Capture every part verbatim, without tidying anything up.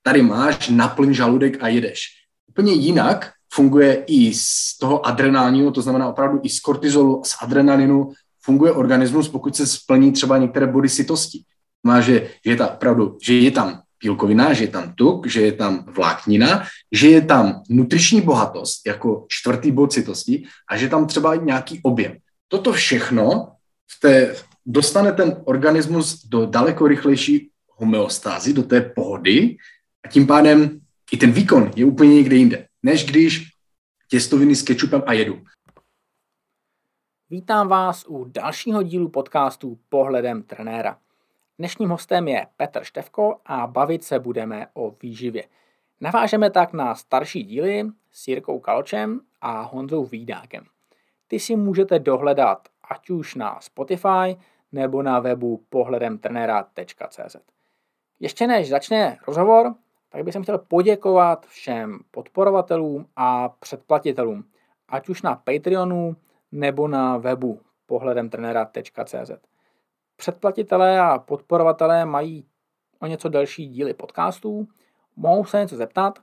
tady máš, naplň žaludek a jedeš. Úplně jinak funguje i z toho adrenálního, to znamená opravdu i z kortizolu, z adrenalinu, funguje organismus, pokud se splní třeba některé body sytosti. Má, že, že, je ta, opravdu, že je tam bílkovina, že je tam tuk, že je tam vláknina, že je tam nutriční bohatost jako čtvrtý bod sytosti a že tam třeba nějaký objem. Toto všechno v té, dostane ten organismus do daleko rychlejší homeostázy, do té pohody a tím pádem i ten výkon je úplně někde jinde, než když těstoviny s kečupem a jedu. Vítám vás u dalšího dílu podcastu Pohledem trenéra. Dnešním hostem je Petr Štefko a bavit se budeme o výživě. Navážeme tak na starší díly s Jirkou Kaločem a Honzou Vídákem. Ty si můžete dohledat ať už na Spotify nebo na webu pohledem trenéra tečka cé zet. Ještě než začne rozhovor, tak bych chtěl poděkovat všem podporovatelům a předplatitelům, ať už na Patreonu nebo na webu pohledem trenéra tečka cé zet. Předplatitelé a podporovatelé mají o něco delší díly podcastů, mohou se něco zeptat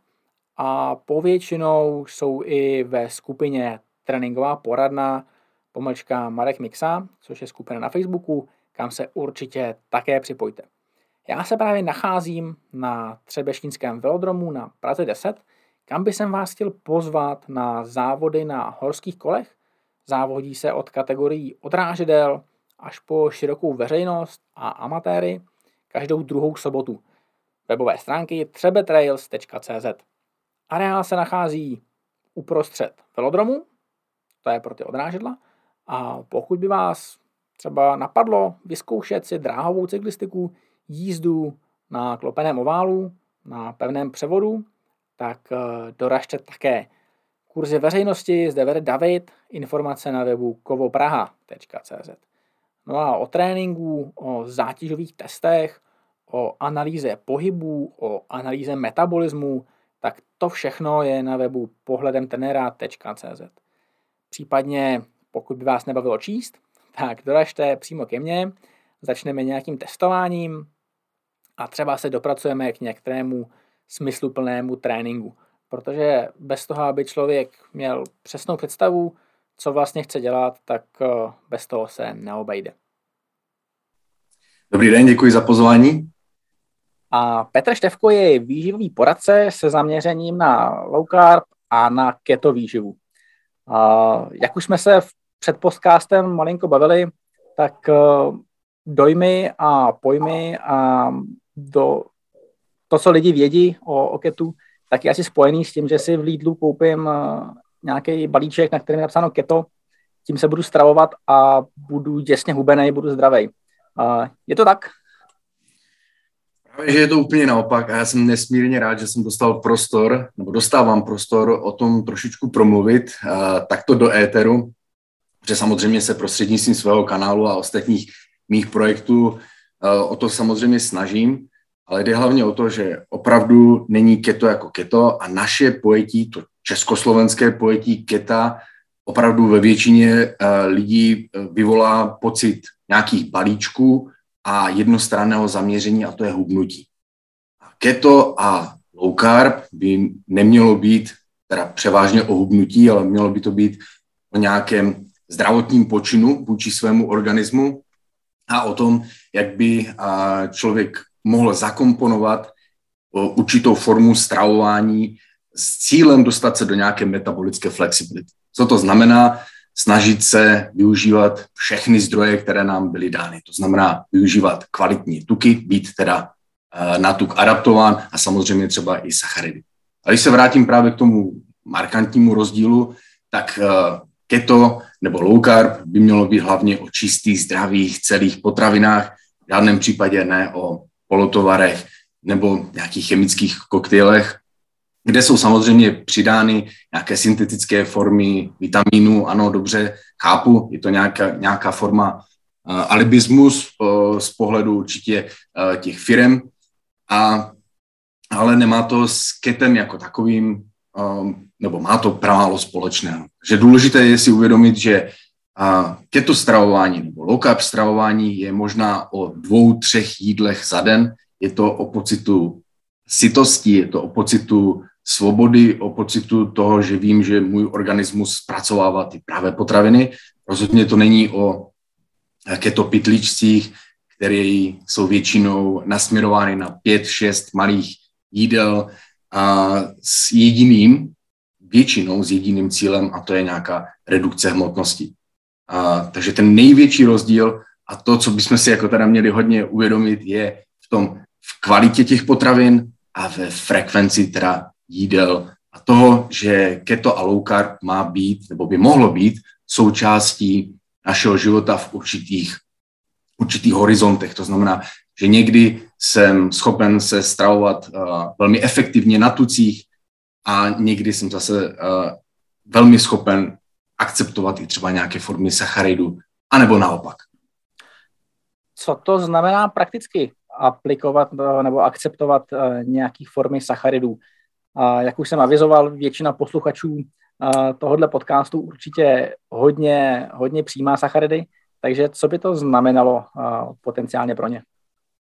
a povětšinou jsou i ve skupině Tréninková poradna pomlčka Marek Mixa, což je skupina na Facebooku, kam se určitě také připojte. Já se právě nacházím na Třebešínském velodromu na Praze deset, kam by jsem vás chtěl pozvat na závody na horských kolech. Závodí se od kategorií odrážedel až po širokou veřejnost a amatéry každou druhou sobotu. Webové stránky třebetrails tečka cé zet. Areál se nachází uprostřed velodromu, to je pro ty odrážedla, a pokud by vás třeba napadlo vyzkoušet si dráhovou cyklistiku, jízdu na klopeném oválu, na pevném převodu, tak doražte také. Kurzy veřejnosti zde vede David, informace na webu kovopraha tečka cé zet. No a o tréninku, o zátěžových testech, o analýze pohybů, o analýze metabolismu, tak to všechno je na webu pohledem trenéra tečka cé zet. Případně, pokud by vás nebavilo číst, tak doražte přímo ke mně, začneme nějakým testováním a třeba se dopracujeme k některému smysluplnému tréninku. Protože bez toho, aby člověk měl přesnou představu, co vlastně chce dělat, tak bez toho se neobejde. Dobrý den, děkuji za pozvání. A Petr Štefko je výživový poradce se zaměřením na low carb a na keto výživu. A jak už jsme se před podcastem malinko bavili, tak dojmy a pojmy a do, to, co lidi vědí o, o ketu, tak je asi spojený s tím, že si v Lidlu koupím nějaký balíček, na kterém je napsáno keto, tím se budu stravovat a budu těsně hubenej, budu zdravej. Je to tak? Právě, že je to úplně naopak a já jsem nesmírně rád, že jsem dostal prostor, nebo dostávám prostor o tom trošičku promluvit takto do éteru, protože samozřejmě se prostřednictvím svého kanálu a ostatních mých projektů o to samozřejmě snažím, ale jde hlavně o to, že opravdu není keto jako keto a naše pojetí, to československé pojetí keta opravdu ve většině lidí vyvolá pocit nějakých balíčků a jednostranného zaměření a to je hubnutí. Keto a low carb by nemělo být teda převážně o hubnutí, ale mělo by to být o nějakém zdravotním počinu vůči svému organismu a o tom, jak by člověk mohl zakomponovat určitou formu stravování s cílem dostat se do nějaké metabolické flexibility. Co to znamená? Snažit se využívat všechny zdroje, které nám byly dány. To znamená využívat kvalitní tuky, být teda na tuk adaptován a samozřejmě třeba i sacharidy. A když se vrátím právě k tomu markantnímu rozdílu, tak keto nebo low carb by mělo být hlavně o čistých, zdravých, celých potravinách, v žádném případě ne o polotovarech nebo nějakých chemických koktejlech, kde jsou samozřejmě přidány nějaké syntetické formy vitamínů. Ano, dobře, chápu, je to nějaká, nějaká forma uh, alibismus uh, z pohledu určitě uh, těch firem, a, ale nemá to s ketem jako takovým, um, nebo má to pramálo společného. Že důležité je si uvědomit, že uh, keto stravování nebo low carb stravování je možná o dvou, třech jídlech za den. Je to o pocitu sytosti, je to o pocitu svobody, o pocitu toho, že vím, že můj organismus zpracovává ty pravé potraviny. Rozhodně to není o keto pytlíčcích, které jsou většinou nasměrovány na pět, šest malých jídel a s jediným, většinou s jediným cílem, a to je nějaká redukce hmotnosti. A, takže ten největší rozdíl a to, co bychom si jako teda měli hodně uvědomit, je v tom v kvalitě těch potravin a ve frekvenci teda jídel a toho, že keto a low carb má být, nebo by mohlo být součástí našeho života v určitých, určitých horizontech. To znamená, že někdy jsem schopen se stravovat uh, velmi efektivně na tucích a někdy jsem zase uh, velmi schopen akceptovat i třeba nějaké formy sacharidů, anebo naopak. Co to znamená prakticky aplikovat nebo akceptovat nějaké formy sacharidů? Jak už jsem avizoval, většina posluchačů tohohle podcastu určitě hodně, hodně přijímá sacharidy, takže co by to znamenalo potenciálně pro ně?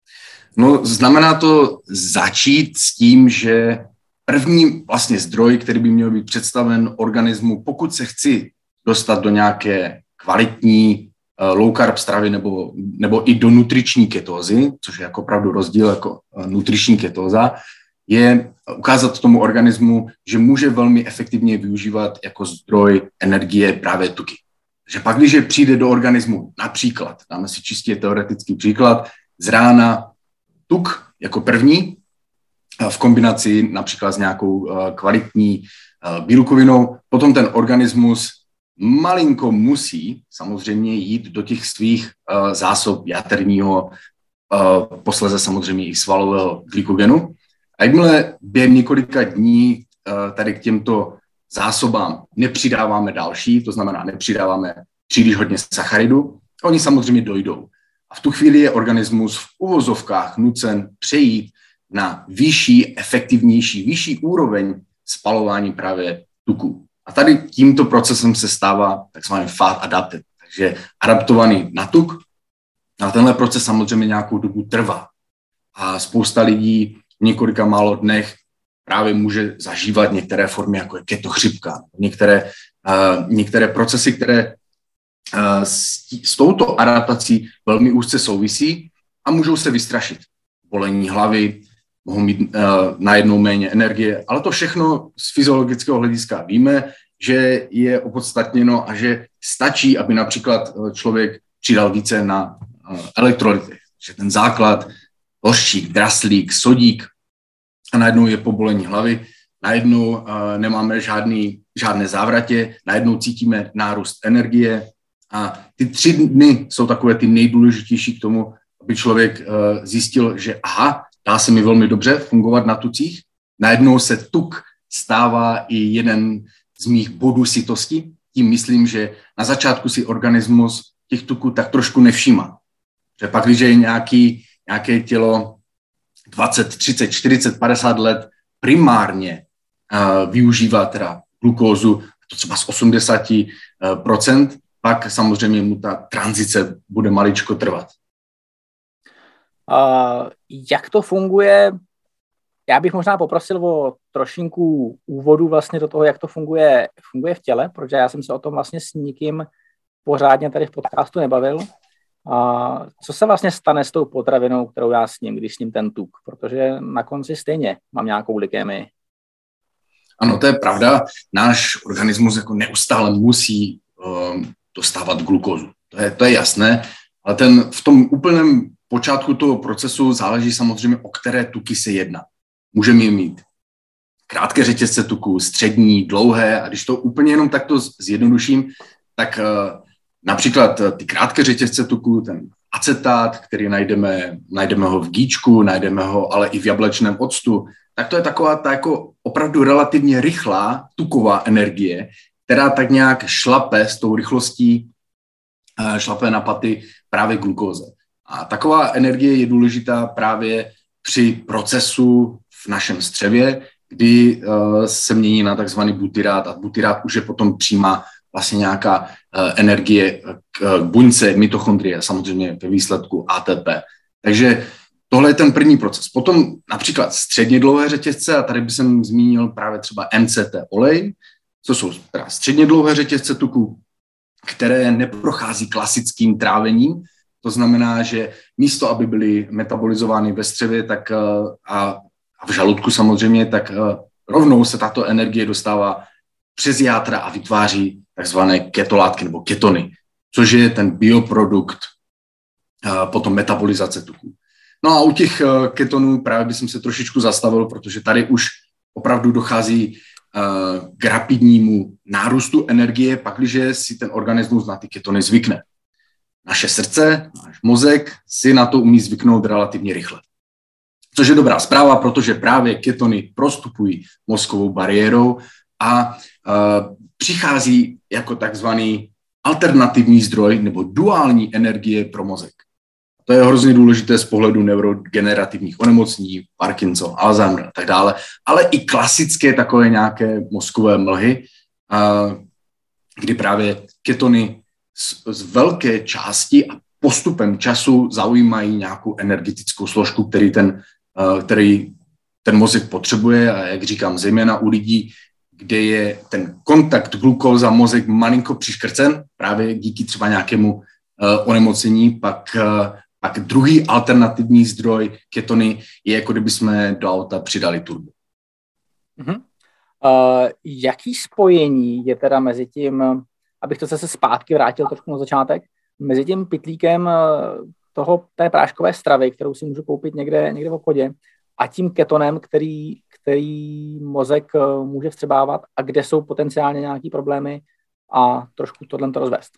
No, znamená to začít s tím, že první vlastně zdroj, který by měl být představen organismu, pokud se chci dostat do nějaké kvalitní low carb stravy nebo, nebo i do nutriční ketózy, což je jako opravdu rozdíl jako nutriční ketóza, je ukázat tomu organismu, že může velmi efektivně využívat jako zdroj energie právě tuky. Že pak, když přijde do organismu například, dáme si čistě teoretický příklad, z rána tuk jako první, v kombinaci například s nějakou kvalitní bílkovinou, potom ten organismus malinko musí samozřejmě jít do těch svých uh, zásob jaterního, uh, posléze samozřejmě i svalového glykogenu. A jakmile během několika dní uh, tady k těmto zásobám nepřidáváme další, to znamená nepřidáváme příliš hodně sacharidu, oni samozřejmě dojdou. A v tu chvíli je organismus v uvozovkách nucen přejít na vyšší, efektivnější, vyšší úroveň spalování právě tuků. A tady tímto procesem se stává takzvaný fat adapted, takže adaptovaný na tuk. A tenhle proces samozřejmě nějakou dobu trvá. A spousta lidí v několika málo dnech právě může zažívat některé formy, jako je keto chřipka, některé, uh, některé procesy, které uh, s, s touto adaptací velmi úzce souvisí a můžou se vystrašit. Bolení hlavy, mohou mít uh, najednou méně energie, ale to všechno z fyziologického hlediska víme, že je opodstatněno a že stačí, aby například člověk přidal více na uh, elektrolyty, že ten základ, hořčík, draslík, sodík a najednou je pobolení hlavy, najednou uh, nemáme žádný, žádné závratě, najednou cítíme nárůst energie a ty tři dny jsou takové ty nejdůležitější k tomu, aby člověk uh, zjistil, že aha, dá se mi velmi dobře fungovat na tucích. Najednou se tuk stává i jeden z mých bodů sytosti. Tím myslím, že na začátku si organismus těch tuků tak trošku nevšímá. Že pak, když je nějaký, nějaké tělo dvacet, třicet, čtyřicet, padesát let primárně uh, využívá teda glukózu, to třeba z osmdesát procent, pak samozřejmě mu ta tranzice bude maličko trvat. Uh, jak to funguje? Já bych možná poprosil o trošinku úvodu vlastně do toho, jak to funguje, funguje v těle, protože já jsem se o tom vlastně s nikým pořádně tady v podcastu nebavil. Uh, co se vlastně stane s tou potravinou, kterou já sním, když sním ten tuk? Protože na konci stejně mám nějakou glykémii. Ano, to je pravda. Náš organismus jako neustále musí um, dostávat glukózu. To je, to je jasné, ale ten v tom úplném počátku toho procesu záleží samozřejmě, o které tuky se jedná. Můžeme mít krátké řetězce tuků, střední, dlouhé, a když to úplně jenom takto zjednoduším, tak uh, například ty krátké řetězce tuků, ten acetát, který najdeme, najdeme ho v gíčku, najdeme ho ale i v jablečném octu, tak to je taková ta jako opravdu relativně rychlá tuková energie, která tak nějak šlape s tou rychlostí, uh, šlape na paty právě glukóze. A taková energie je důležitá právě při procesu v našem střevě, kdy uh, se mění na takzvaný butyrát a butyrát už je potom přijímá vlastně nějaká uh, energie k uh, buňce mitochondrie, samozřejmě ve výsledku A T P. Takže tohle je ten první proces. Potom například středně dlouhé řetězce, a tady bych jsem zmínil právě třeba M C T olej, to jsou teda středně dlouhé řetězce tuku, které neprochází klasickým trávením. To znamená, že místo, aby byly metabolizovány ve střevě tak, a, a v žaludku samozřejmě, tak rovnou se tato energie dostává přes játra a vytváří takzvané ketolátky nebo ketony, což je ten bioprodukt potom metabolizace tuku. No a u těch ketonů právě bych se trošičku zastavil, protože tady už opravdu dochází k rapidnímu nárůstu energie, pakliže si ten organismus na ty ketony zvykne. Naše srdce, náš mozek si na to umí zvyknout relativně rychle. Což je dobrá zpráva, protože právě ketony prostupují mozkovou bariérou a uh, přichází jako takzvaný alternativní zdroj nebo duální energie pro mozek. To je hrozně důležité z pohledu neurogenerativních onemocnění, Parkinson, Alzheimer a tak dále, ale i klasické takové nějaké mozkové mlhy, uh, kdy právě ketony z, z velké části a postupem času zaujímají nějakou energetickou složku, který ten, uh, který ten mozek potřebuje, a jak říkám, zejména u lidí, kde je ten kontakt glukóza mozek malinko přiškrcen, právě díky třeba nějakému uh, onemocnění, pak, uh, pak druhý alternativní zdroj ketony je, jako kdyby jsme do auta přidali turbo. Uh-huh. Uh, jaký spojení je teda mezi tím, abych to zase zpátky vrátil trošku na začátek, mezi tím pytlíkem toho, té práškové stravy, kterou si můžu koupit někde, někde v obchodě, a tím ketonem, který, který mozek může vstřebávat a kde jsou potenciálně nějaké problémy, a trošku tohle to rozvést?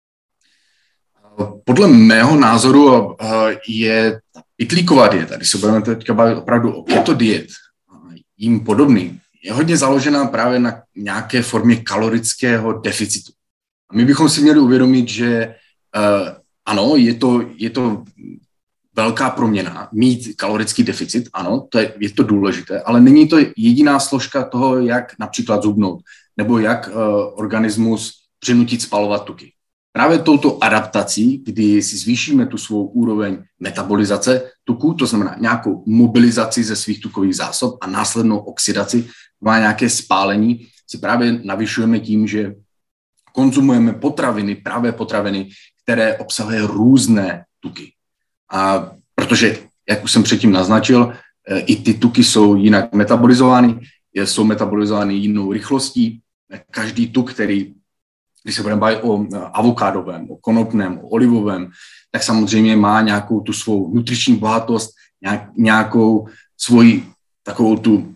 Podle mého názoru je ta pytlíková dieta, když se budeme teďka bavit opravdu o keto diet, jim podobný, je hodně založená právě na nějaké formě kalorického deficitu. A my bychom si měli uvědomit, že uh, ano, je to, je to velká proměna, mít kalorický deficit, ano, to je, je to důležité, ale není to jediná složka toho, jak například zhubnout, nebo jak uh, organismus přinutit spalovat tuky. Právě touto adaptací, kdy si zvýšíme tu svou úroveň metabolizace tuku, to znamená nějakou mobilizaci ze svých tukových zásob a následnou oxidaci, má nějaké spálení, si právě navyšujeme tím, že konzumujeme potraviny, právě potraviny, které obsahují různé tuky. A protože, jak už jsem předtím naznačil, i ty tuky jsou jinak metabolizovány, jsou metabolizovány jinou rychlostí. Každý tuk, který, když se budeme bavit o avokádovém, o konopném, o olivovém, tak samozřejmě má nějakou tu svou nutriční bohatost, nějak, nějakou svoji takovou tu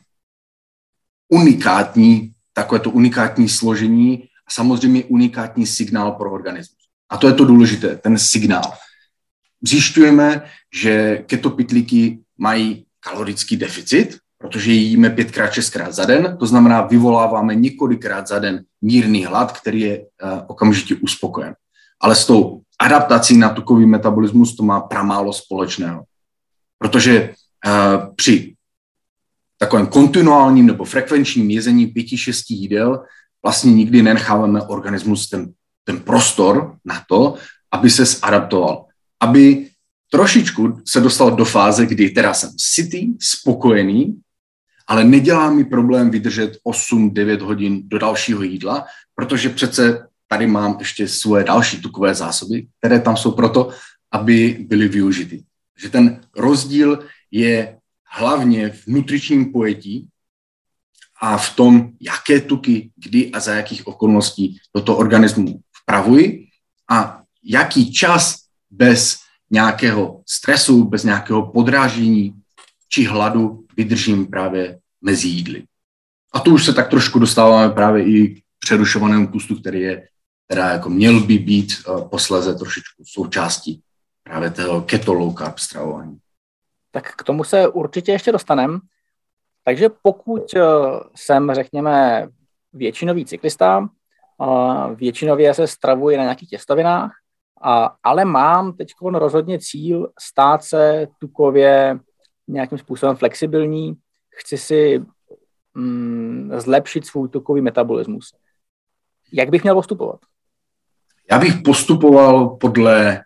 unikátní, takové to unikátní složení a samozřejmě unikátní signál pro organismus. A to je to důležité, ten signál. Zjišťujeme, že keto pytlíky mají kalorický deficit, protože jíme pětkrát, šestkrát za den, to znamená, vyvoláváme několikrát za den mírný hlad, který je uh, okamžitě uspokojen. Ale s tou adaptací na tukový metabolismus to má pramálo společného. Protože uh, při takovém kontinuálním nebo frekvenčním jezení pěti, šesti jídel vlastně nikdy nenecháváme organismus ten, ten prostor na to, aby se zadaptoval. Aby trošičku se dostal do fáze, kdy teda jsem sytý, spokojený, ale nedělá mi problém vydržet osm devět hodin do dalšího jídla, protože přece tady mám ještě svoje další tukové zásoby, které tam jsou proto, aby byly využity. Že ten rozdíl je hlavně v nutričním pojetí a v tom, jaké tuky, kdy a za jakých okolností do toho organismu vpravuji a jaký čas bez nějakého stresu, bez nějakého podráždění či hladu vydržím právě mezi jídly. A tu už se tak trošku dostáváme právě i k přerušovanému pustu, který je, teda jako měl by být uh, posléze trošičku součástí právě toho keto low carb stravování. Tak k tomu se určitě ještě dostaneme. Takže pokud jsem, řekněme, většinový cyklista, většinově se stravuji na nějakých těstovinách, ale mám teď rozhodně cíl stát se tukově nějakým způsobem flexibilní, chci si mm, zlepšit svůj tukový metabolismus. Jak bych měl postupovat? Já bych postupoval podle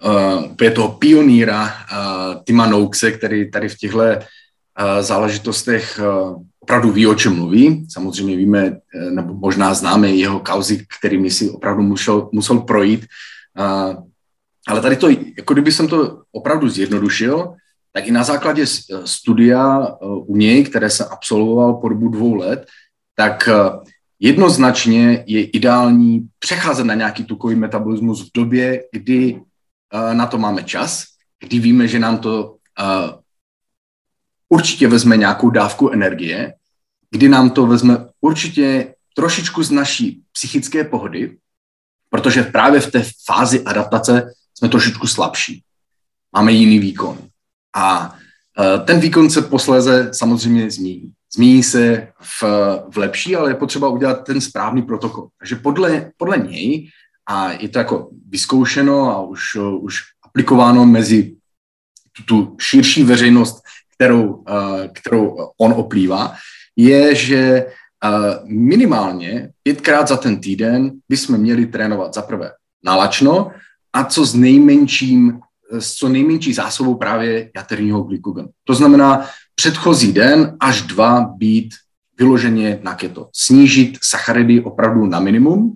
uh, toho pionýra uh, Tima Noakese, který tady v těchto uh, záležitostech uh, opravdu ví, o čem mluví. Samozřejmě víme, nebo možná známe jeho kauzy, kterými si opravdu musel, musel projít. Uh, ale tady to, jako kdyby jsem to opravdu zjednodušil, tak i na základě studia uh, u něj, které jsem absolvoval po dobu dvou let, tak uh, jednoznačně je ideální přecházet na nějaký tukový metabolismus v době, kdy uh, na to máme čas, kdy víme, že nám to uh, určitě vezme nějakou dávku energie, kdy nám to vezme určitě trošičku z naší psychické pohody, protože právě v té fázi adaptace jsme trošičku slabší. Máme jiný výkon. A uh, ten výkon se posléze samozřejmě změní. Změní se v, v lepší, ale je potřeba udělat ten správný protokol. Takže podle, podle něj, a je to jako vyzkoušeno a už, už aplikováno mezi tu, tu širší veřejnost, kterou, uh, kterou on oplývá, je, že uh, minimálně pětkrát za ten týden bychom měli trénovat zaprvé nalačno a co s nejmenším, s co nejmenší zásobou právě jaterního glykogenu. To znamená předchozí den až dva být vyloženě na keto. Snížit sacharidy opravdu na minimum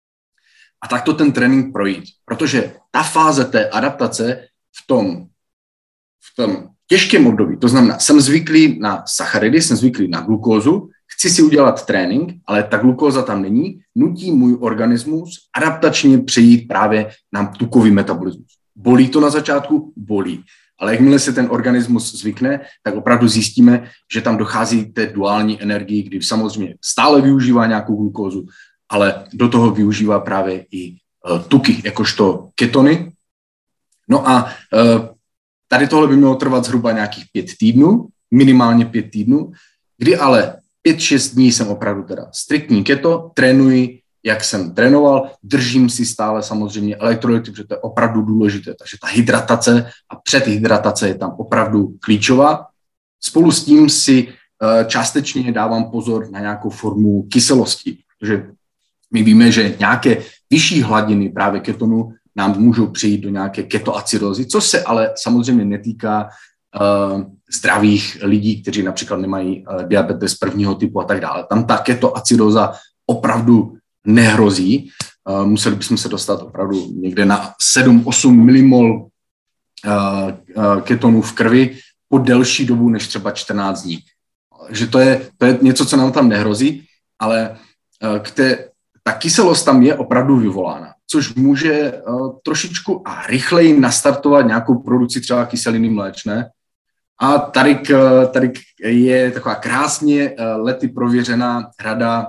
a takto ten trénink projít. Protože ta fáze té adaptace v tom, v tom těžkém období, to znamená, jsem zvyklý na sacharidy, jsem zvyklý na glukózu, chci si udělat trénink, ale ta glukóza tam není, nutí můj organismus adaptačně přejít právě na tukový metabolismus. Bolí to na začátku? Bolí. Ale jakmile se ten organismus zvykne, tak opravdu zjistíme, že tam dochází k té duální energii, kdy samozřejmě stále využívá nějakou glukózu, ale do toho využívá právě i uh, tuky, jakožto ketony. No a uh, tady tohle by mělo trvat zhruba nějakých pět týdnů, minimálně pět týdnů, kdy ale pět šest dní jsem opravdu teda striktní keto, trénuji, jak jsem trénoval, držím si stále samozřejmě elektrolyty, protože to je opravdu důležité. Takže ta hydratace a předhydratace je tam opravdu klíčová. Spolu s tím si částečně dávám pozor na nějakou formu kyselosti, protože my víme, že nějaké vyšší hladiny právě ketonu nám můžou přijít do nějaké ketoacidózy, což se ale samozřejmě netýká uh, zdravých lidí, kteří například nemají uh, diabetes prvního typu a tak dále. Tam ta ketoacidóza opravdu nehrozí. Uh, museli bychom se dostat opravdu někde na sedm osm milimol uh, uh, ketonů v krvi po delší dobu než třeba čtrnáct dní. Takže to je, to je něco, co nám tam nehrozí, ale uh, k té, ta kyselost tam je opravdu vyvolána, což může uh, trošičku a rychleji nastartovat nějakou produkci třeba kyseliny mléčné. A tady, tady je taková krásně uh, lety prověřená rada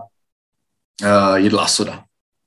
uh, jedla soda.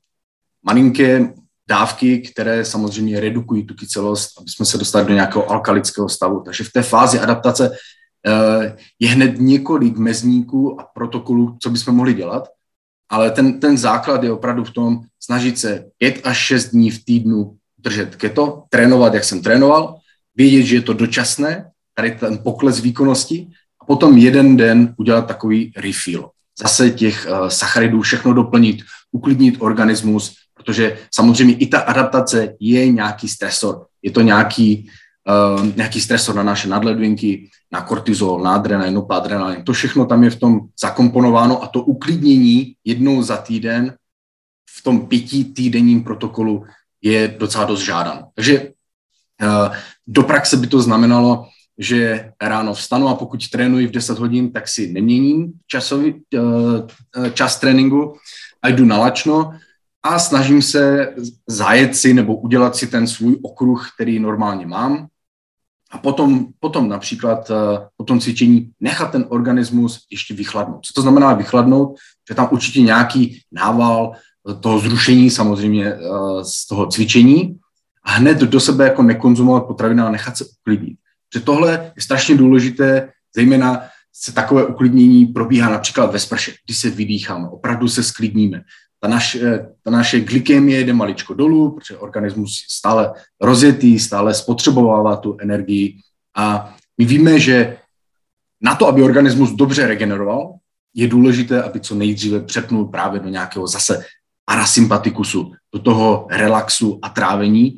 Malinké dávky, které samozřejmě redukují tu kyselost, aby jsme se dostali do nějakého alkalického stavu. Takže v té fázi adaptace uh, je hned několik mezníků a protokolů, co bychom mohli dělat, ale ten, ten základ je opravdu v tom snažit se pět až šest dní v týdnu držet keto, trénovat, jak jsem trénoval, vědět, že je to dočasné, tady ten pokles výkonnosti, a potom jeden den udělat takový refill. Zase těch uh, sacharidů všechno doplnit, uklidnit organismus, protože samozřejmě i ta adaptace je nějaký stresor. Je to nějaký, uh, nějaký stresor na naše nadledvinky, na kortizol, na adrenalin, noradrenalin. To všechno tam je v tom zakomponováno a to uklidnění jednou za týden v tom pěti týdenním protokolu je docela dost žádáno. Takže uh, do praxe by to znamenalo, že ráno vstanu a pokud trénuji v deset hodin, tak si neměním časový, uh, čas tréninku a jdu na lačno a snažím se zajet si nebo udělat si ten svůj okruh, který normálně mám. A potom, potom například uh, po tom cvičení nechat ten organismus ještě vychladnout. Co to znamená vychladnout? Že tam určitě nějaký nával toho zrušení samozřejmě uh, z toho cvičení a hned do sebe jako nekonzumovat potraviny, ale nechat se uklidnit. Že tohle je strašně důležité, zejména se takové uklidnění probíhá například ve sprše, když se vydýcháme, opravdu se sklidníme. Ta naše, ta naše glykemie jde maličko dolů, protože organismus je stále rozjetý, stále spotřebovává tu energii a my víme, že na to, aby organismus dobře regeneroval, je důležité, aby co nejdříve přepnul právě do nějakého zase parasympatikusu, do toho relaxu a trávení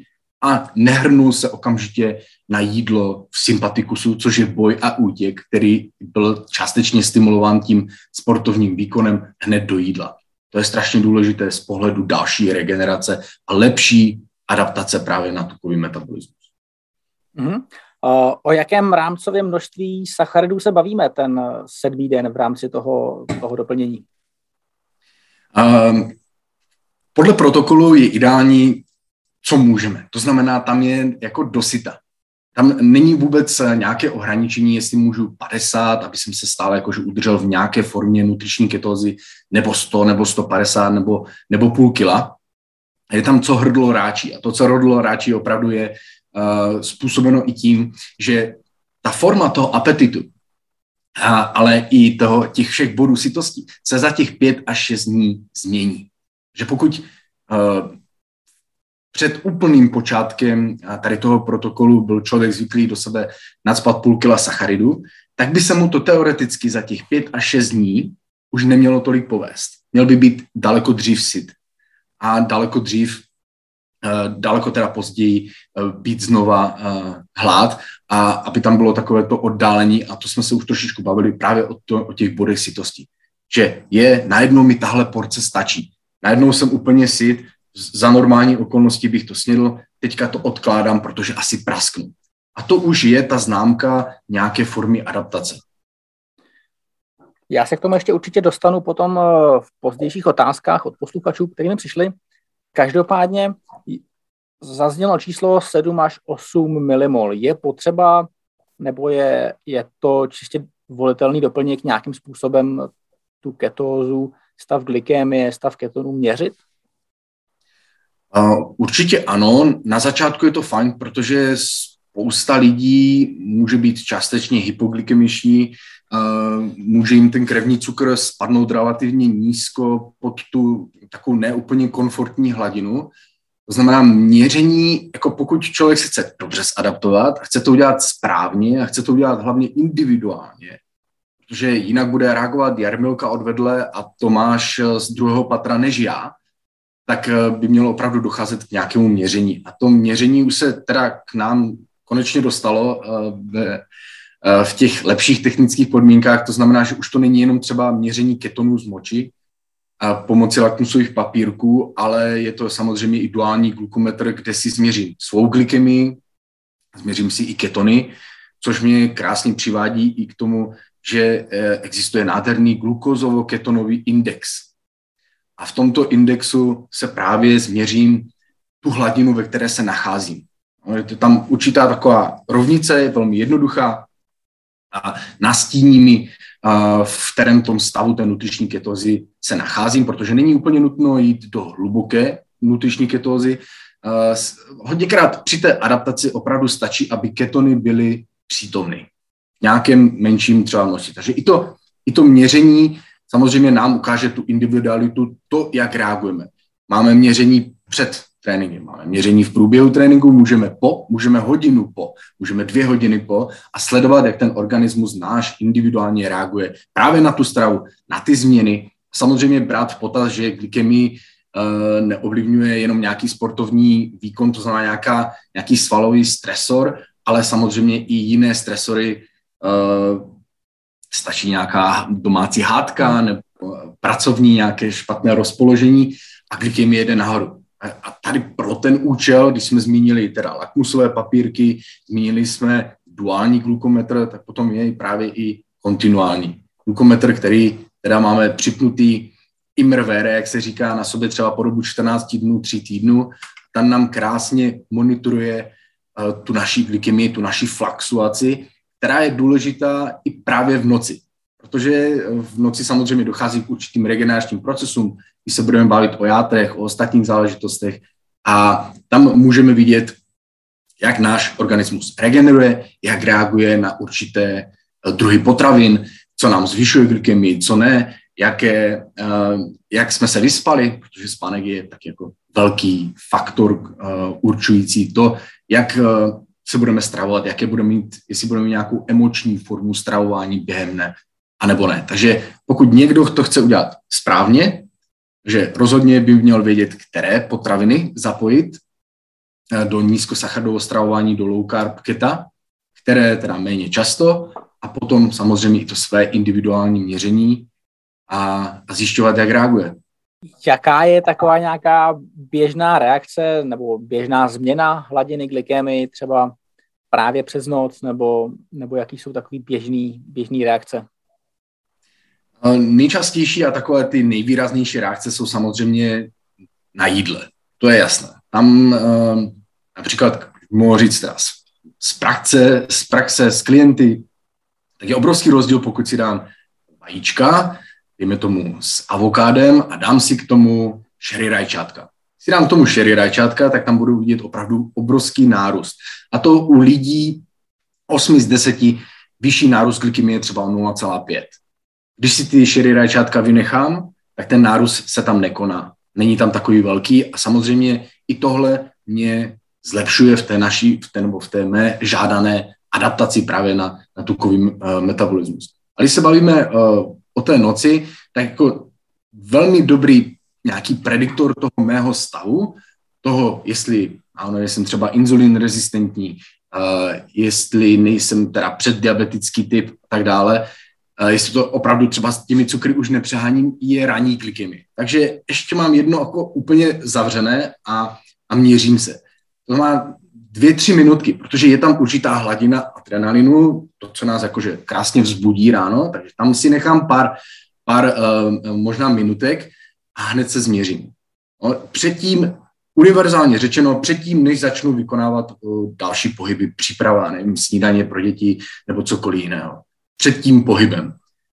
a nehrnul se okamžitě na jídlo v sympatikusu, což je boj a útěk, který byl částečně stimulován tím sportovním výkonem hned do jídla. To je strašně důležité z pohledu další regenerace a lepší adaptace právě na tukový metabolismus. Mm-hmm. O jakém rámcovém množství sacharidů se bavíme ten sedmý den v rámci toho, toho doplnění? Um, podle protokolu je ideální, co můžeme. To znamená, tam je jako dosyta. Tam není vůbec nějaké ohraničení, jestli můžu padesát, aby jsem se stále jakože udržel v nějaké formě nutriční ketózy, nebo sto, nebo sto padesát, nebo, nebo půl kila. Je tam, co hrdlo ráčí. A to, co hrdlo ráčí, opravdu je uh, způsobeno i tím, že ta forma toho apetitu, a, ale i toho, těch všech bodů sytosti se za těch pět až šest dní změní. Že pokud uh, před úplným počátkem tady toho protokolu byl člověk zvyklý do sebe nacpat půl kila sacharidu, tak by se mu to teoreticky za těch pět až šest dní už nemělo tolik povést. Měl by být daleko dřív syt a daleko dřív, uh, daleko teda později uh, být znova uh, hlad a aby tam bylo takové to oddálení a to jsme se už trošičku bavili právě o, to, o těch bodech sytosti. Že je, najednou mi tahle porce stačí. Najednou jsem úplně syt, za normální okolnosti bych to snědl, teďka to odkládám, protože asi prasknu. A to už je ta známka nějaké formy adaptace. Já se k tomu ještě určitě dostanu potom v pozdějších otázkách od posluchačů, kterými přišli. Každopádně zaznělo číslo sedm až osm milimol. Je potřeba, nebo je, je to čistě volitelný doplněk nějakým způsobem tu ketózu, stav glykémie, stav ketonu měřit? Uh, určitě ano. Na začátku je to fajn, protože spousta lidí může být částečně hypoglykemiční, uh, může jim ten krevní cukr spadnout relativně nízko pod tu takovou neúplně komfortní hladinu. To znamená měření, jako pokud člověk se chce dobře zadaptovat a chce to udělat správně a chce to udělat hlavně individuálně, protože jinak bude reagovat Jarmilka od vedle a Tomáš z druhého patra než já, tak by mělo opravdu docházet k nějakému měření. A to měření už se teda k nám konečně dostalo v těch lepších technických podmínkách. To znamená, že už to není jenom třeba měření ketonů z moči pomocí lakmusových papírků, ale je to samozřejmě i duální glukometr, kde si změřím svou glykemii, změřím si i ketony, což mě krásně přivádí i k tomu, že existuje nádherný glukozovo-ketonový index. A v tomto indexu se právě změřím tu hladinu, ve které se nacházím. Je to tam určitá taková rovnice, je velmi jednoduchá a nastíní mi, v kterém tom stavu té nutriční ketózy se nacházím, protože není úplně nutno jít do hluboké nutriční ketózy. Hodněkrát při té adaptaci opravdu stačí, aby ketony byly přítomny v nějakém menším třeba množství. Takže i to, i to měření samozřejmě nám ukáže tu individualitu, to, jak reagujeme. Máme měření před tréninkem, máme měření v průběhu tréninku, můžeme po, můžeme hodinu po, můžeme dvě hodiny po a sledovat, jak ten organismus náš individuálně reaguje právě na tu stravu, na ty změny. Samozřejmě brát v potaz, že glykemii uh, neovlivňuje jenom nějaký sportovní výkon, to znamená nějaká, nějaký svalový stresor, ale samozřejmě i jiné stresory, uh, stačí nějaká domácí hádka nebo pracovní nějaké špatné rozpoložení a glykemie jede nahoru. A tady pro ten účel, když jsme zmínili teda lakmusové papírky, zmínili jsme duální glukometr, tak potom je právě i kontinuální glukometr, který teda máme připnutý imrvére, jak se říká, na sobě třeba po dobu čtrnáct dnů, tři týdnů. Tam nám krásně monitoruje uh, tu naši glykemii, tu naši fluxuaci, která je důležitá i právě v noci. Protože v noci samozřejmě dochází k určitým regeneračním procesům, když se budeme bavit o játrech, o ostatních záležitostech a tam můžeme vidět, jak náš organismus regeneruje, jak reaguje na určité druhy potravin, co nám zvyšuje glykemii, co ne, jaké, jak jsme se vyspali, protože spánek je tak jako velký faktor určující to, jak se budeme stravovat, jaké budeme mít, jestli budeme mít nějakou emoční formu stravování během dne, anebo ne. Takže pokud někdo to chce udělat správně, že rozhodně by měl vědět, které potraviny zapojit do nízkosacharidovo stravování, do low carb keta, které teda méně často, a potom samozřejmě i to své individuální měření a, a zjišťovat, jak reaguje. Jaká je taková nějaká běžná reakce nebo běžná změna hladiny glykémie třeba právě přes noc, nebo, nebo jaký jsou takový běžný, běžný reakce? Nejčastější a takové ty nejvýraznější reakce jsou samozřejmě na jídle. To je jasné. Tam například, mohu říct teda, z praxe, z praxe, z klienty, tak je obrovský rozdíl, pokud si dám vajíčka, dejme tomu s avokádem a dám si k tomu sherry rajčátka. Když si dám k tomu sherry rajčátka, tak tam budu vidět opravdu obrovský nárůst. A to u lidí osm z deseti vyšší nárůst glykemie třeba o nula celá pět. Když si ty sherry rajčátka vynechám, tak ten nárůst se tam nekoná. Není tam takový velký a samozřejmě i tohle mě zlepšuje v té naší, v té, nebo v té mé žádané adaptaci právě na, na tukový uh, metabolismus. A když se bavíme uh, o té noci, tak jako velmi dobrý nějaký prediktor toho mého stavu, toho, jestli ano, jsem třeba inzulin rezistentní, uh, jestli nejsem teda předdiabetický typ a tak dále, uh, jestli to opravdu třeba s těmi cukry už nepřeháním, je ranní glykemie. Takže ještě mám jedno jako úplně zavřené a, a měřím se. To má dvě, tři minutky, protože je tam určitá hladina adrenalinu, to, co nás jakože krásně vzbudí ráno, takže tam si nechám pár, pár uh, možná minutek a hned se změřím. No, předtím, univerzálně řečeno, předtím, než začnu vykonávat uh, další pohyby, příprava, nevím, snídaně pro děti nebo cokoliv jiného. Před tím pohybem.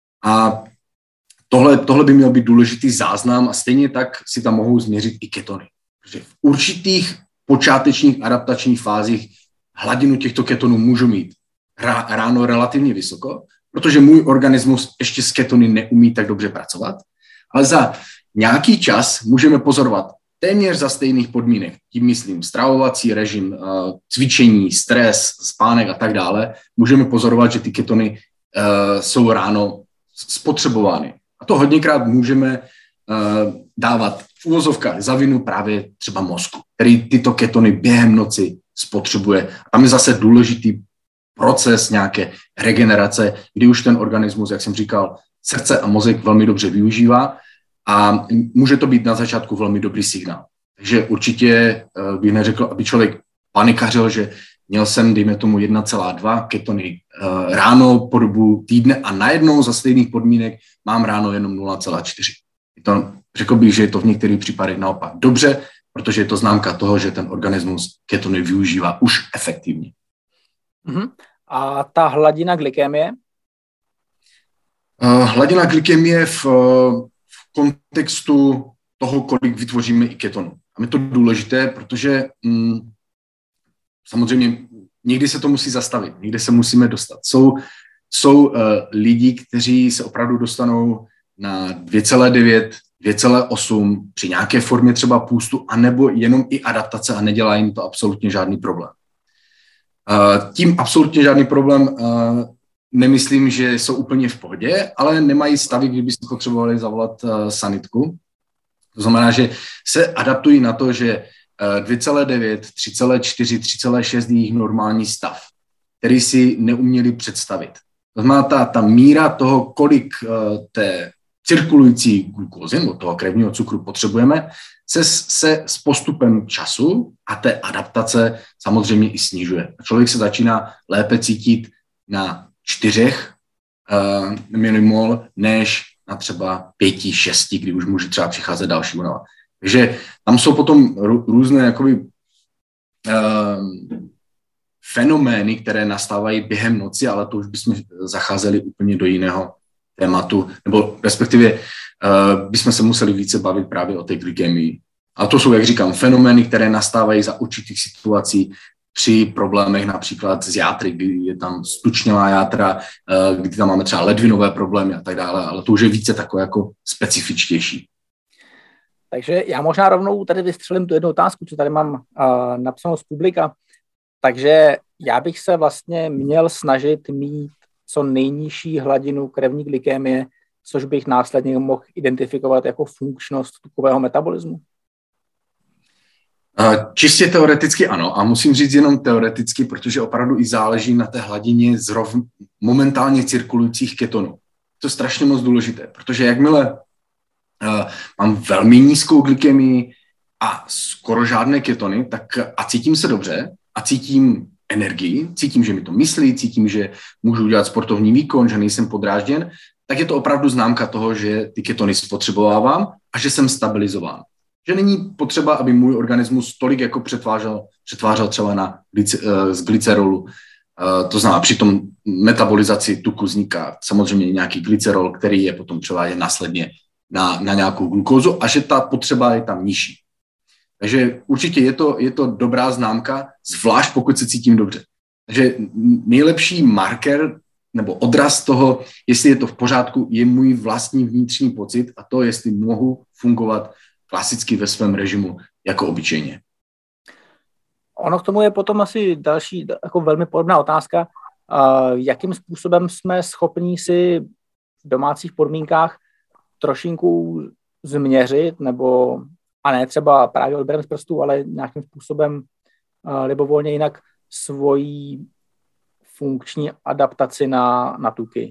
A tohle, tohle by měl být důležitý záznam a stejně tak si tam mohou změřit i ketony. Protože v určitých počátečních adaptačních fázích hladinu těchto ketonů můžu mít ráno relativně vysoko, protože můj organismus ještě s ketony neumí tak dobře pracovat, ale za nějaký čas můžeme pozorovat téměř za stejných podmínek, tím myslím stravovací režim, cvičení, stres, spánek a tak dále, můžeme pozorovat, že ty ketony jsou ráno spotřebovány. A to hodněkrát můžeme dávat v uvozovkách za vinu právě třeba mozku, který tyto ketony během noci spotřebuje. A tam je zase důležitý proces nějaké regenerace, kdy už ten organismus, jak jsem říkal, srdce a mozek velmi dobře využívá a může to být na začátku velmi dobrý signál. Takže určitě bych neřekl, aby člověk panikařil, že měl jsem, dejme tomu, jedna celá dva ketony ráno po dobu týdne a najednou za stejných podmínek mám ráno jenom nula celá čtyři. To, řekl bych, že je to v některých případech naopak dobře, protože je to známka toho, že ten organismus ketony využívá už efektivně. Uh-huh. A ta hladina glykémie? Uh, hladina glykémie v, v kontextu toho, kolik vytvoříme i ketonu. A je to důležité, protože mm, samozřejmě někdy se to musí zastavit, někdy se musíme dostat. Jsou, jsou uh, lidi, kteří se opravdu dostanou na dvě celá devět, dvě celá osm při nějaké formě třeba půstu, anebo jenom i adaptace a nedělá jim to absolutně žádný problém. Uh, tím absolutně žádný problém uh, nemyslím, že jsou úplně v pohodě, ale nemají stavy, kdyby si potřebovali zavolat uh, sanitku. To znamená, že se adaptují na to, že uh, dvě celá devět, tři celá čtyři, tři celá šest je jejich normální stav, který si neuměli představit. To znamená, ta, ta míra toho, kolik uh, té cirkulující glukózy, nebo toho krevního cukru potřebujeme, se, se s postupem času a té adaptace samozřejmě i snižuje. Člověk se začíná lépe cítit na čtyřech uh, milimol, než na třeba pěti, šesti, kdy už může třeba přicházet další únava. Takže tam jsou potom rů, různé jakoby, uh, fenomény, které nastávají během noci, ale to už bychom zacházeli úplně do jiného tématu, nebo respektive uh, bychom se museli více bavit právě o té glykemii. A to jsou, jak říkám, fenomény, které nastávají za určitých situací při problémech například z játry, kdy je tam stučnělá játra, uh, kdy tam máme třeba ledvinové problémy a tak dále, ale to už je více takové jako specifičtější. Takže já možná rovnou tady vystřelím tu jednu otázku, co tady mám uh, napsanou z publika. Takže já bych se vlastně měl snažit mít co nejnižší hladinu krevní glykémie, což bych následně mohl identifikovat jako funkčnost tukového metabolismu? Čistě teoreticky ano, a musím říct jenom teoreticky, protože opravdu i záleží na té hladině zrov momentálně cirkulujících ketonů. To je strašně moc důležité, protože jakmile uh, mám velmi nízkou glykemii a skoro žádné ketony, tak a cítím se dobře a cítím energii, cítím, že mi to myslí, cítím, že můžu udělat sportovní výkon, že nejsem podrážděn, tak je to opravdu známka toho, že ty ketony spotřebovávám a že jsem stabilizován. Že není potřeba, aby můj organismus tolik jako přetvářel, přetvářel třeba na glice, z glycerolu. To znamená, při tom metabolizaci tuku vzniká samozřejmě nějaký glycerol, který je potom převáděn následně na, na nějakou glukózu a že ta potřeba je tam nižší. Takže určitě je to, je to dobrá známka, zvlášť pokud se cítím dobře. Takže nejlepší marker nebo odraz toho, jestli je to v pořádku, je můj vlastní vnitřní pocit a to, jestli mohu fungovat klasicky ve svém režimu jako obyčejně. Ono k tomu je potom asi další jako velmi podobná otázka. Uh, jakým způsobem jsme schopni si v domácích podmínkách trošinku změřit, nebo a ne třeba právě odběrem z prstů, ale nějakým způsobem uh, libovolně jinak svoji funkční adaptaci na, na tuky?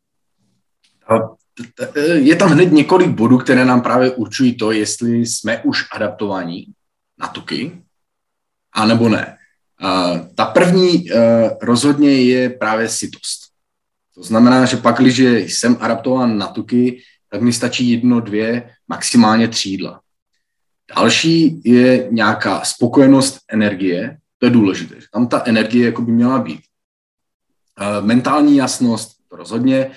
Je tam hned několik bodů, které nám právě určují to, jestli jsme už adaptovaní na tuky, anebo ne. Ta první rozhodně je právě sytost. To znamená, že pak, když jsem adaptován na tuky, tak mi stačí jedno, dvě, maximálně tři jídla. Další je nějaká spokojenost energie, to je důležité, že tam ta energie jako by měla být. Mentální jasnost, to rozhodně,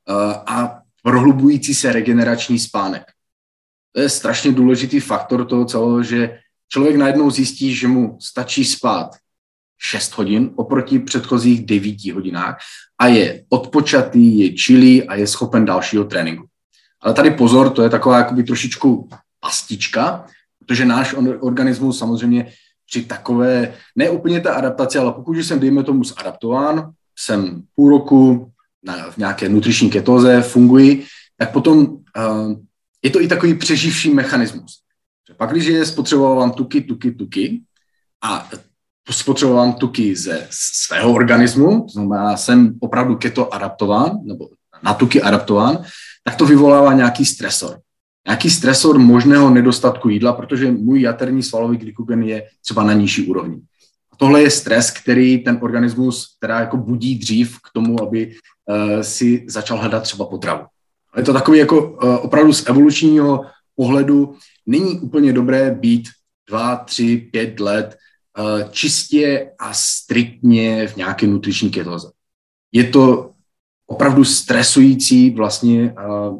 a prohlubující se regenerační spánek. To je strašně důležitý faktor toho celého, že člověk najednou zjistí, že mu stačí spát šest hodin oproti předchozích devíti hodinách a je odpočatý, je chilý a je schopen dalšího tréninku. Ale tady pozor, to je taková jakoby trošičku pastička, protože náš organismus samozřejmě při takové, ne úplně ta adaptace, ale pokud jsem, dejme tomu, zadaptován, jsem půl roku na, v nějaké nutriční ketóze, funguji, tak potom uh, je to i takový přeživší mechanismus. Pak, když spotřebovávám tuky, tuky, tuky a spotřebovávám tuky ze svého organismu, to znamená, jsem opravdu keto adaptován, nebo na tuky adaptován, tak to vyvolává nějaký stresor. Nějaký stresor možného nedostatku jídla, protože můj jaterní svalový glykogen je třeba na nižší úrovni. A tohle je stres, který ten organismus teda jako budí dřív k tomu, aby uh, si začal hledat třeba potravu. Ale je to takový jako uh, opravdu z evolučního pohledu není úplně dobré být dva, tři, pět let uh, čistě a striktně v nějaké nutriční ketóze. Je to opravdu stresující vlastně uh,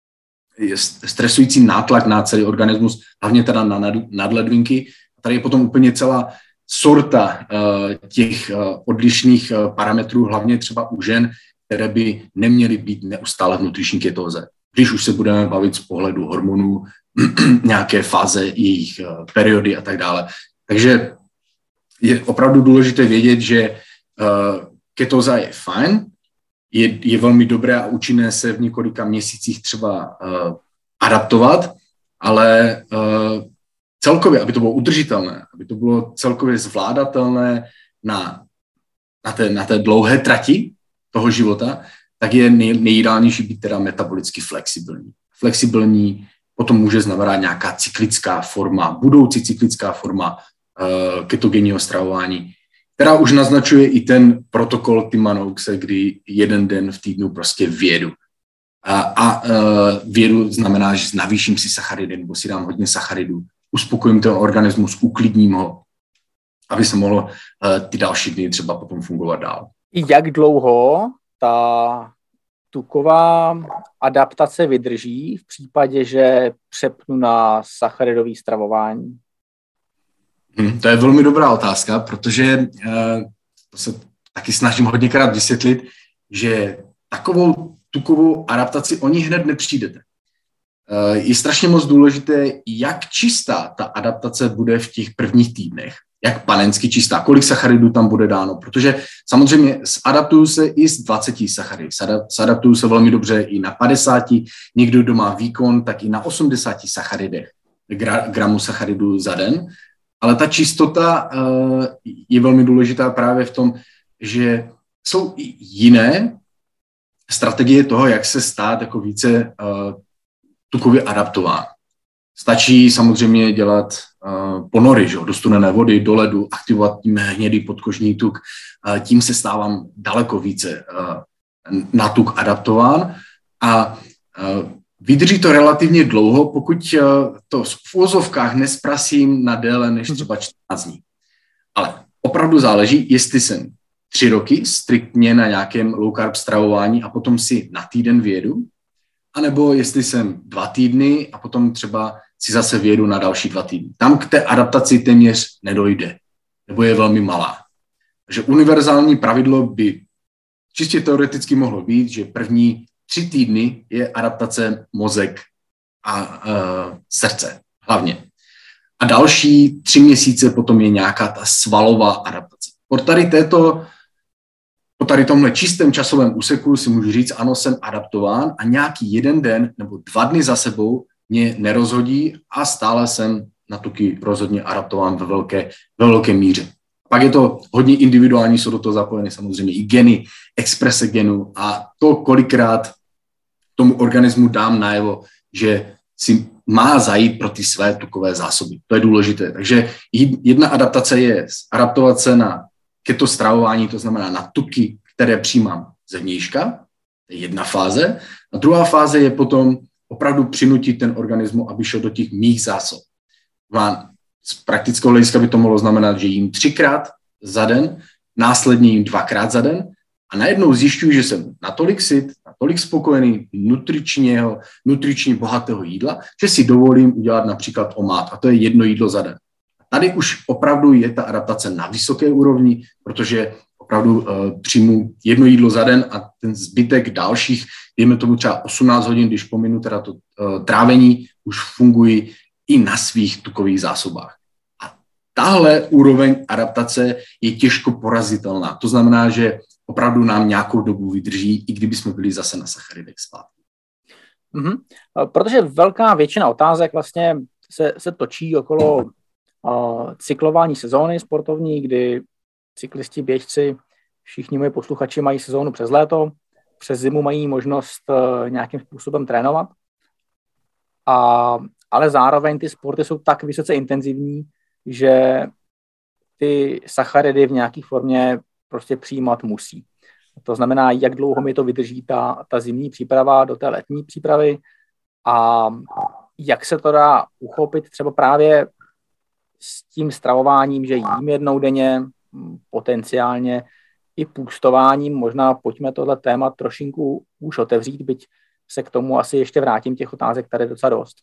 je stresující nátlak na celý organismus, hlavně teda na nadledvinky. Tady je potom úplně celá sorta uh, těch uh, odlišných uh, parametrů, hlavně třeba u žen, které by neměly být neustále v nutriční ketóze. Když už se budeme bavit z pohledu hormonů, nějaké fáze jejich uh, periody a tak dále. Takže je opravdu důležité vědět, že uh, ketóza je fajn, je, je velmi dobré a účinné se v několika měsících třeba uh, adaptovat, ale uh, celkově, aby to bylo udržitelné, aby to bylo celkově zvládatelné na, na, té, na té dlouhé trati toho života, tak je nej, nejideálnější být teda metabolicky flexibilní. Flexibilní potom může znamenat nějaká cyklická forma, budoucí cyklická forma uh, ketogenního stravování, která už naznačuje i ten protokol Tima-Noakese, kdy jeden den v týdnu prostě vědu. A, a uh, vědu znamená, že navýším si sacharidy, nebo si dám hodně sacharidů, uspokojím ten organismus, uklidním ho, aby se mohlo uh, ty další dny třeba potom fungovat dál. Jak dlouho ta tuková adaptace vydrží v případě, že přepnu na sacharidové stravování? Hmm, to je velmi dobrá otázka, protože uh, to se taky snažím hodněkrát vysvětlit, že takovou tukovou adaptaci o ní hned nepřijdete. Uh, je strašně moc důležité, jak čistá ta adaptace bude v těch prvních týdnech, jak panensky čistá, kolik sacharidů tam bude dáno, protože samozřejmě adaptuju se i z dvaceti sacharidy, adaptuju se velmi dobře i na padesáti, někdo, kdo má výkon, tak i na osmdesáti sacharidech, gra, gramů sacharidů za den. Ale ta čistota uh, je velmi důležitá právě v tom, že jsou i jiné strategie toho, jak se stát jako více uh, tukově adaptován. Stačí samozřejmě dělat uh, ponory, že? Do studené vody, do ledu, aktivovat tím hnědý podkožní tuk. Uh, tím se stávám daleko více uh, na tuk adaptován a uh, vydrží to relativně dlouho, pokud uh, to v úvozovkách nesprasím na déle než třeba čtrnáct dní. Ale opravdu záleží, jestli jsem tři roky striktně na nějakém low carb stravování a potom si na týden vyjedu, anebo jestli jsem dva týdny a potom třeba si zase vyjedu na další dva týdny. Tam k té adaptaci téměř nedojde, nebo je velmi malá. Takže univerzální pravidlo by čistě teoreticky mohlo být, že první tři týdny je adaptace mozek a uh, srdce hlavně. A další tři měsíce potom je nějaká ta svalová adaptace. Po tady této Po tady tomhle čistém časovém úseku si můžu říct, ano, jsem adaptován a nějaký jeden den nebo dva dny za sebou mě nerozhodí a stále jsem na tuky rozhodně adaptován ve velké, ve velké míře. Pak je to hodně individuální, jsou do toho zapojeny samozřejmě i geny, exprese genů a to, kolikrát tomu organismu dám najevo, že si má zajít pro ty své tukové zásoby. To je důležité. Takže jedna adaptace je adaptovat se na keto stravování, to znamená na tuky, které přijímám zevnějška, to je jedna fáze. A druhá fáze je potom opravdu přinutit ten organismus, aby šel do těch mých zásob. Z praktického hlediska by to mohlo znamenat, že jím třikrát za den, následně jím dvakrát za den a najednou zjišťuji, že jsem natolik syt, natolik spokojený nutričního, nutričně bohatého jídla, že si dovolím udělat například omát a to je jedno jídlo za den. Tady už opravdu je ta adaptace na vysoké úrovni, protože opravdu uh, přijmu jedno jídlo za den a ten zbytek dalších, dejme tomu třeba osmnáct hodin, když pominu teda to uh, trávení, už fungují i na svých tukových zásobách. A tahle úroveň adaptace je těžko porazitelná. To znamená, že opravdu nám nějakou dobu vydrží, i kdyby jsme byli zase na sacharidech zpátky. Mm-hmm. Protože velká většina otázek vlastně se, se točí okolo cyklování sezóny sportovní, kdy cyklisti, běžci, všichni moji posluchači mají sezónu přes léto, přes zimu mají možnost nějakým způsobem trénovat, a, ale zároveň ty sporty jsou tak vysoce intenzivní, že ty sacharidy v nějaké formě prostě přijímat musí. To znamená, jak dlouho mi to vydrží ta, ta zimní příprava do té letní přípravy a jak se to dá uchopit třeba právě s tím stravováním, že jím jednou denně, potenciálně i půstováním. Možná pojďme tohle téma trošinku už otevřít, byť se k tomu asi ještě vrátím, těch otázek tady docela dost.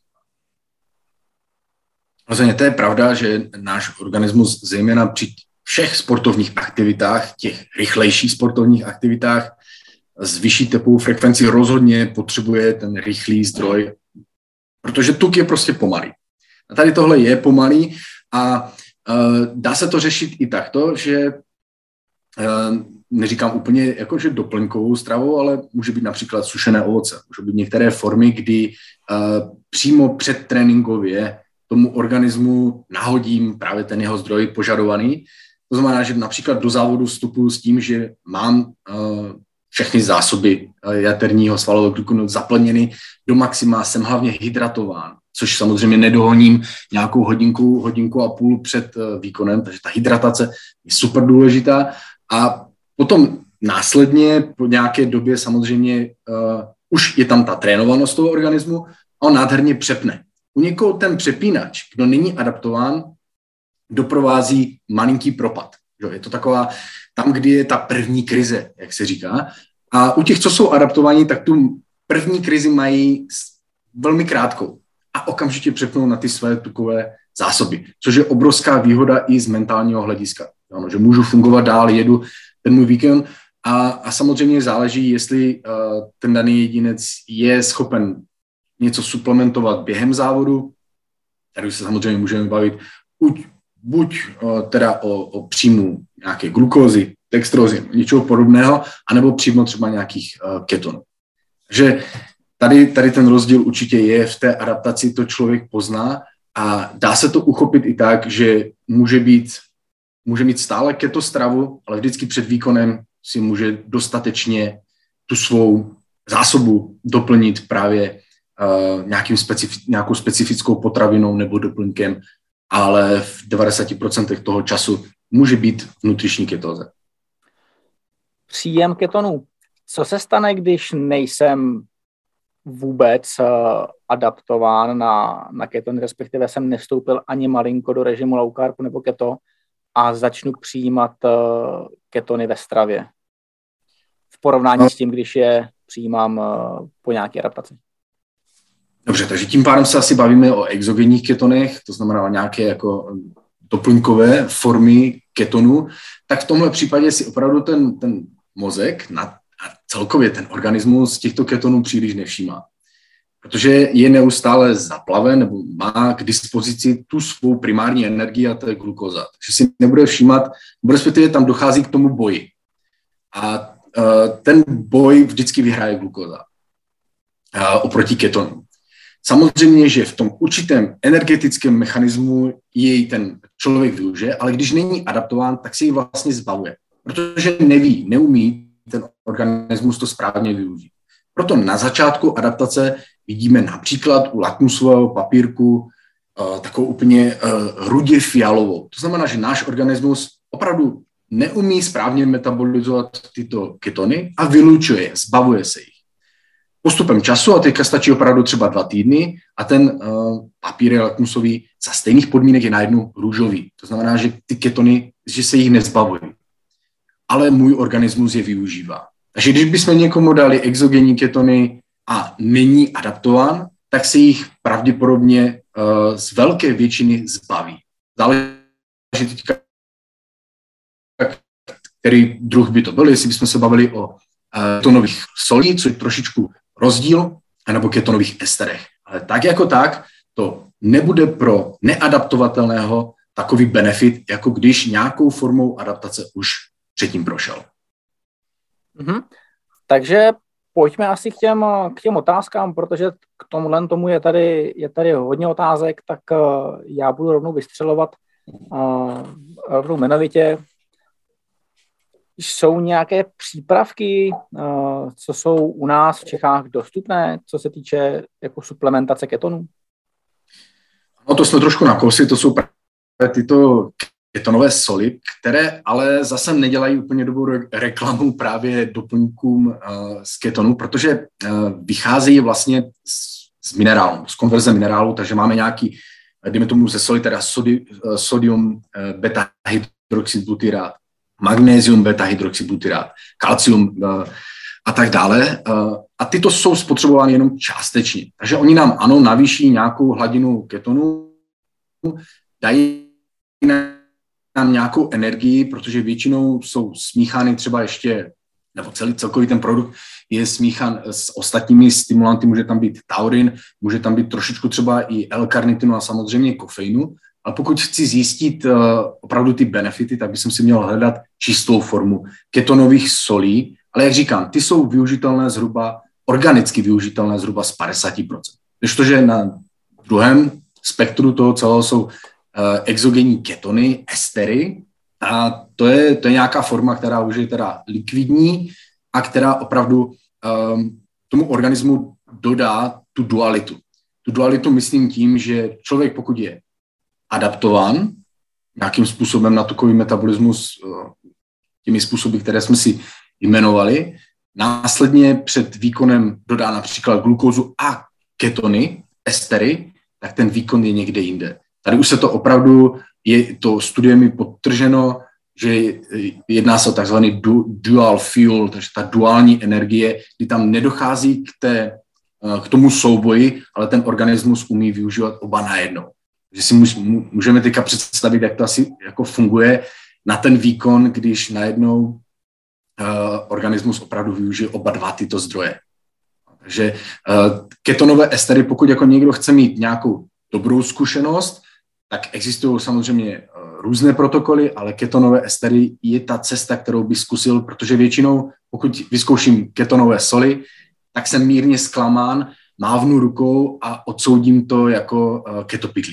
Vlastně to je pravda, že náš organismus zejména při všech sportovních aktivitách, těch rychlejších sportovních aktivitách s vyšší tepovou frekvencí rozhodně potřebuje ten rychlý zdroj, protože tuk je prostě pomalý. A tady tohle je pomalý a uh, dá se to řešit i takto, že uh, neříkám úplně jakože doplňkovou stravou, ale může být například sušené ovoce. Může být některé formy, kdy uh, přímo předtréninkově tomu organismu nahodím právě ten jeho zdroj požadovaný. To znamená, že například do závodu vstupuji s tím, že mám uh, všechny zásoby uh, jaterního svalového glykonu zaplněny do maxima, jsem hlavně hydratován, což samozřejmě nedohoním nějakou hodinku, hodinku a půl před uh, výkonem, takže ta hydratace je super důležitá. A potom následně po nějaké době samozřejmě uh, už je tam ta trénovanost toho organismu a on nádherně přepne. U někoho ten přepínač, kdo není adaptován, doprovází malinký propad. Je to taková, tam, kdy je ta první krize, jak se říká. A u těch, co jsou adaptovaní, tak tu první krizi mají velmi krátkou a okamžitě přepnou na ty své tukové zásoby, což je obrovská výhoda i z mentálního hlediska. Ano, že můžu fungovat dál, jedu ten můj víkend a, a samozřejmě záleží, jestli uh, ten daný jedinec je schopen něco suplementovat během závodu. Tady se samozřejmě můžeme bavit buď, buď uh, teda o, o příjmu nějaké glukózy, dextrózy, něčeho podobného, anebo přímo třeba nějakých uh, ketonů. Takže tady, tady ten rozdíl určitě je v té adaptaci, to člověk pozná A dá se to uchopit i tak, že může být, může mít stále keto stravu, ale vždycky před výkonem si může dostatečně tu svou zásobu doplnit právě uh, nějakým specifi- nějakou specifickou potravinou nebo doplňkem, ale v devadesát procent toho času může být v nutriční ketóze. Příjem ketonů. Co se stane, když nejsem vůbec uh, adaptován na, na ketony, respektive jsem nevstoupil ani malinko do režimu low carb nebo keto a začnu přijímat uh, ketony ve stravě? V porovnání no. s tím, když je přijímám uh, po nějaké adaptaci. Dobře, takže tím pádem se asi bavíme o exogenních ketonech, to znamená nějaké jako doplňkové formy ketonu, tak v tomhle případě si opravdu ten, ten mozek na, a celkově ten organismus těchto ketonů příliš nevšímá. Protože je neustále zaplaven nebo má k dispozici tu svou primární energii a to je glukóza. Takže si nebude všímat, respektive tam dochází k tomu boji. A uh, ten boj vždycky vyhraje glukóza uh, oproti ketonům. Samozřejmě, že v tom určitém energetickém mechanismu jej ten člověk využije, ale když není adaptován, tak se ji vlastně zbavuje. Protože neví, neumí ten organismus to správně využít. Proto na začátku adaptace vidíme například u lakmusového papírku uh, takovou úplně uh, rudě fialovou. To znamená, že náš organismus opravdu neumí správně metabolizovat tyto ketony a vylučuje je, zbavuje se jich. Postupem času, a teďka stačí opravdu třeba dva týdny, a ten uh, papír lakmusový za stejných podmínek je najednou růžový. To znamená, že ty ketony, že se jich nezbavují. Ale můj organismus je využívá. Takže když bychom někomu dali exogenní ketony a není adaptován, tak se jich pravděpodobně uh, z velké většiny zbaví. Záleží teďka, který druh by to byl, jestli bychom se bavili o uh, ketonových solí, což je trošičku rozdíl, nebo ketonových esterech. Ale tak jako tak, to nebude pro neadaptovatelného takový benefit, jako když nějakou formou adaptace už předtím prošel. Mm-hmm. Takže pojďme asi k těm, k těm otázkám, protože k tomuhle tomu je tady, je tady hodně otázek, tak uh, já budu rovnou vystřelovat uh, rovnou jmenovitě. Jsou nějaké přípravky, uh, co jsou u nás v Čechách dostupné, co se týče jako suplementace ketonů? No to jsme trošku nakousli, to jsou právě tyto ketonové soli, které ale zase nedělají úplně dobrou reklamu právě doplňkům uh, z ketonů, protože uh, vycházejí vlastně z, z minerálu, z konverze minerálu, takže máme nějaký, dejme tomu ze soli, teda sodi, uh, sodium uh, beta-hydroxybutyrát, magnézium beta-hydroxybutyrát, kalcium uh, a tak dále. Uh, a tyto jsou spotřebovány jenom částečně. Takže oni nám, ano, navýší nějakou hladinu ketonů, dají nám nějakou energii, protože většinou jsou smíchány třeba ještě, nebo celý celkový ten produkt je smíchan s ostatními stimulanty, může tam být taurin, může tam být trošičku třeba i L-karnitinu a samozřejmě kofeinu, ale pokud chci zjistit uh, opravdu ty benefity, tak bych si měl hledat čistou formu ketonových solí, ale jak říkám, ty jsou využitelné zhruba, organicky využitelné zhruba z padesát procent. Protože na druhém spektru toho celého jsou Uh, exogenní ketony, estery, a to je, to je nějaká forma, která už je teda likvidní a která opravdu um, tomu organismu dodá tu dualitu. Tu dualitu myslím tím, že člověk, pokud je adaptován nějakým způsobem na tukový metabolismus, uh, těmi způsoby, které jsme si jmenovali, následně před výkonem dodá například glukózu a ketony, estery, tak ten výkon je někde jinde. Tady už se to opravdu, je to studiemi podtrženo, že jedná se o takzvaný du, dual fuel, takže ta duální energie, kdy tam nedochází k, té, k tomu souboji, ale ten organismus umí využívat oba najednou. Takže si můžeme teďka představit, jak to asi jako funguje na ten výkon, když najednou uh, organismus opravdu využije oba dva tyto zdroje. Takže uh, ketonové estery, pokud jako někdo chce mít nějakou dobrou zkušenost, tak existují samozřejmě různé protokoly, ale ketonové estery je ta cesta, kterou bych zkusil, protože většinou, pokud vyzkouším ketonové soli, tak jsem mírně zklamán, mávnu rukou a odsoudím to jako ketopitlíky.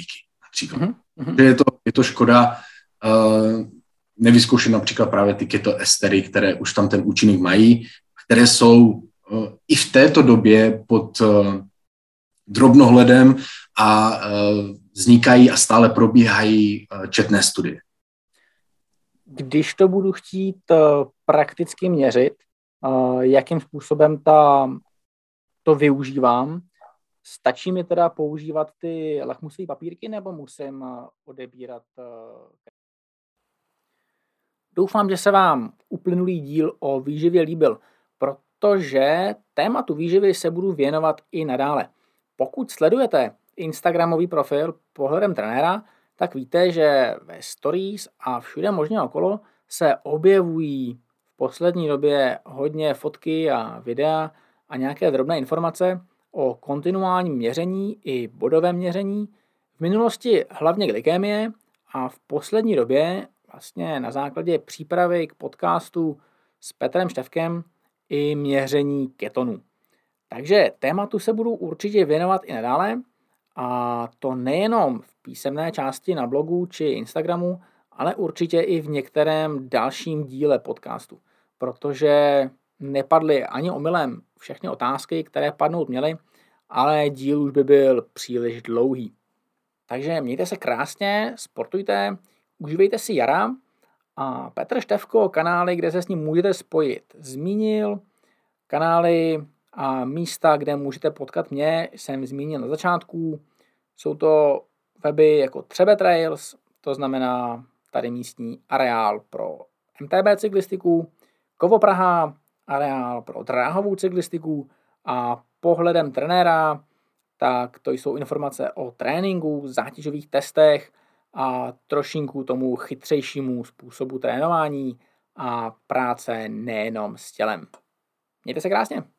například. Mm-hmm. Je to, je to škoda uh, nevyzkoušet například právě ty keto estery, které už tam ten účinek mají, které jsou uh, i v této době pod uh, drobnohledem a uh, vznikají a stále probíhají uh, četné studie. Když to budu chtít uh, prakticky měřit, uh, jakým způsobem ta, to využívám, stačí mi teda používat ty lakmusové papírky, nebo musím uh, odebírat? Uh... Doufám, že se vám uplynulý díl o výživě líbil, protože tématu výživy se budu věnovat i nadále. Pokud sledujete instagramový profil Pohledem trenéra, tak víte, že ve stories a všude možně okolo se objevují v poslední době hodně fotky a videa a nějaké drobné informace o kontinuálním měření i bodovém měření. V minulosti hlavně glykémie a v poslední době vlastně na základě přípravy k podcastu s Petrem Štefkem i měření ketonů. Takže tématu se budu určitě věnovat i nadále, a to nejenom v písemné části na blogu či Instagramu, ale určitě i v některém dalším díle podcastu, protože nepadly ani omylem všechny otázky, které padnout měly, ale díl už by byl příliš dlouhý. Takže mějte se krásně, sportujte, užívejte si jara a Petr Štefko, kanály, kde se s ním můžete spojit, zmínil. Kanály a místa, kde můžete potkat mě, jsem zmínil na začátku. Jsou to weby jako Třebe Trails, to znamená tady místní areál pro M T B cyklistiku, Kovo Praha, areál pro dráhovou cyklistiku a Pohledem trenéra, tak to jsou informace o tréninku, zátěžových testech a trošinku tomu chytřejšímu způsobu trénování a práce nejenom s tělem. Mějte se krásně.